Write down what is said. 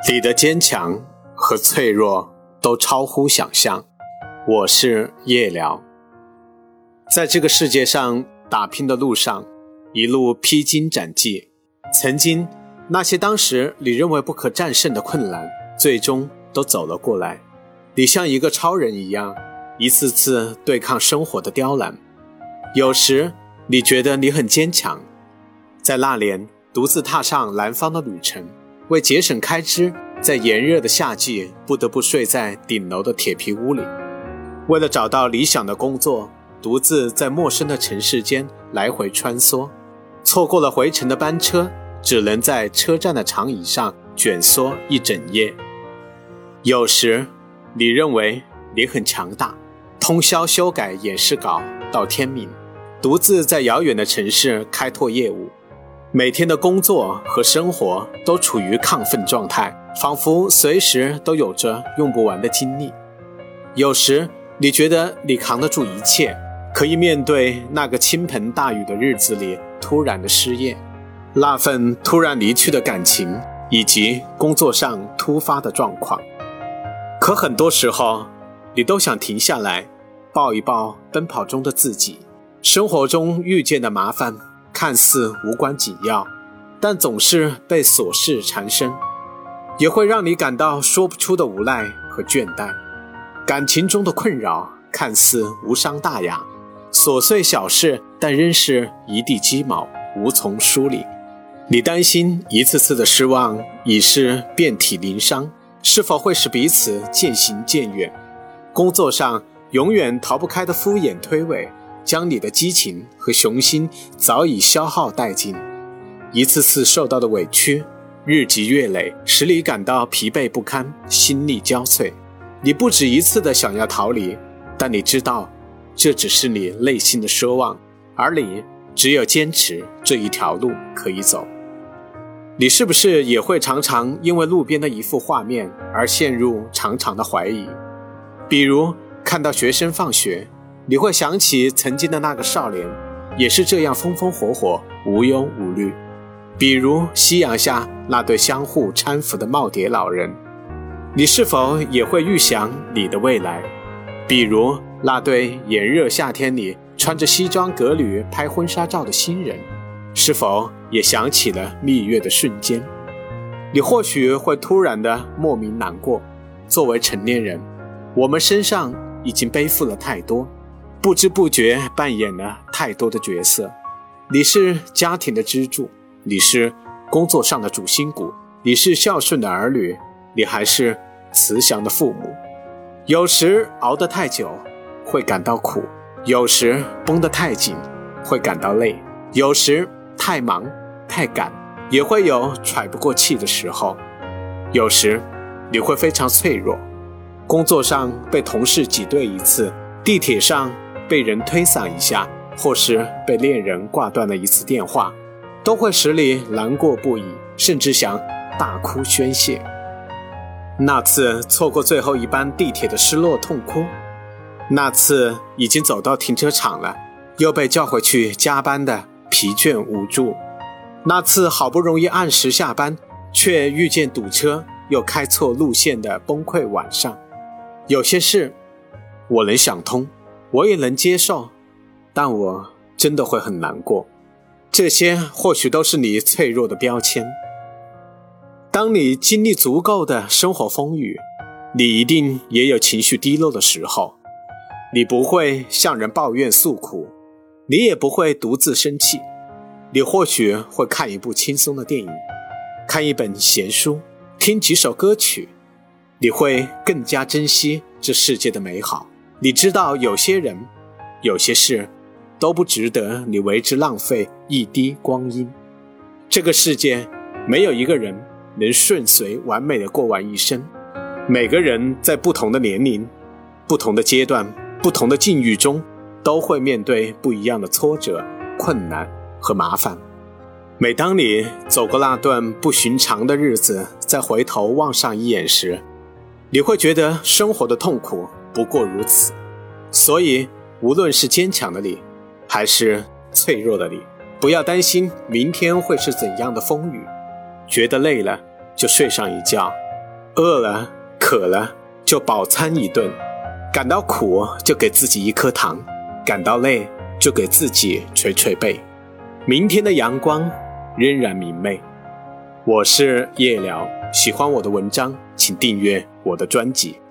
你的坚强和脆弱都超乎想象。我是夜聊。在这个世界上打拼的路上，一路披荆斩棘，曾经那些当时你认为不可战胜的困难，最终都走了过来。你像一个超人一样，一次次对抗生活的刁难。有时你觉得你很坚强，在那年独自踏上南方的旅程，为节省开支，在炎热的夏季不得不睡在顶楼的铁皮屋里，为了找到理想的工作，独自在陌生的城市间来回穿梭，错过了回程的班车，只能在车站的长椅上卷缩一整夜。有时你认为你很强大，通宵修改演示稿到天明，独自在遥远的城市开拓业务，每天的工作和生活都处于亢奋状态，仿佛随时都有着用不完的精力。有时你觉得你扛得住一切，可以面对那个倾盆大雨的日子里突然的失业，那份突然离去的感情，以及工作上突发的状况。可很多时候你都想停下来，抱一抱奔跑中的自己。生活中遇见的麻烦看似无关紧要，但总是被琐事缠身，也会让你感到说不出的无奈和倦怠。感情中的困扰看似无伤大雅，琐碎小事，但仍是一地鸡毛，无从梳理。你担心一次次的失望已是遍体鳞伤，是否会使彼此渐行渐远？工作上永远逃不开的敷衍推诿，将你的激情和雄心早已消耗殆尽。一次次受到的委屈日积月累，使你感到疲惫不堪，心力交瘁。你不止一次的想要逃离，但你知道这只是你内心的奢望，而你只有坚持这一条路可以走。你是不是也会常常因为路边的一幅画面而陷入长长的怀疑？比如看到学生放学，你会想起曾经的那个少年，也是这样风风火火，无忧无虑。比如夕阳下那对相互搀扶的耄耋老人，你是否也会预想你的未来？比如那对炎热夏天里穿着西装革履拍婚纱照的新人，是否也想起了蜜月的瞬间？你或许会突然的莫名难过。作为成年人，我们身上已经背负了太多，不知不觉扮演了太多的角色。你是家庭的支柱，你是工作上的主心骨，你是孝顺的儿女，你还是慈祥的父母。有时熬得太久会感到苦，有时绷得太紧会感到累，有时太忙太赶也会有喘不过气的时候。有时你会非常脆弱，工作上被同事挤兑一次，地铁上被人推搡一下，或是被恋人挂断了一次电话，都会使你难过不已，甚至想大哭宣泄。那次错过最后一班地铁的失落痛哭，那次已经走到停车场了又被叫回去加班的疲倦无助，那次好不容易按时下班却遇见堵车又开错路线的崩溃晚上。有些事我能想通，我也能接受，但我真的会很难过。这些或许都是你脆弱的标签。当你经历足够的生活风雨，你一定也有情绪低落的时候。你不会向人抱怨诉苦，你也不会独自生气。你或许会看一部轻松的电影，看一本闲书，听几首歌曲。你会更加珍惜这世界的美好。你知道有些人有些事都不值得你为之浪费一滴光阴。这个世界没有一个人能顺遂完美的过完一生，每个人在不同的年龄、不同的阶段、不同的境遇中，都会面对不一样的挫折、困难和麻烦。每当你走过那段不寻常的日子，再回头望上一眼时，你会觉得生活的痛苦不过如此。所以无论是坚强的你还是脆弱的你，不要担心明天会是怎样的风雨，觉得累了就睡上一觉， 饿了渴了就饱餐一顿，感到苦就给自己一颗糖，感到累就给自己捶捶背。明天的阳光仍然明媚。我是夜聊，喜欢我的文章请订阅我的专辑。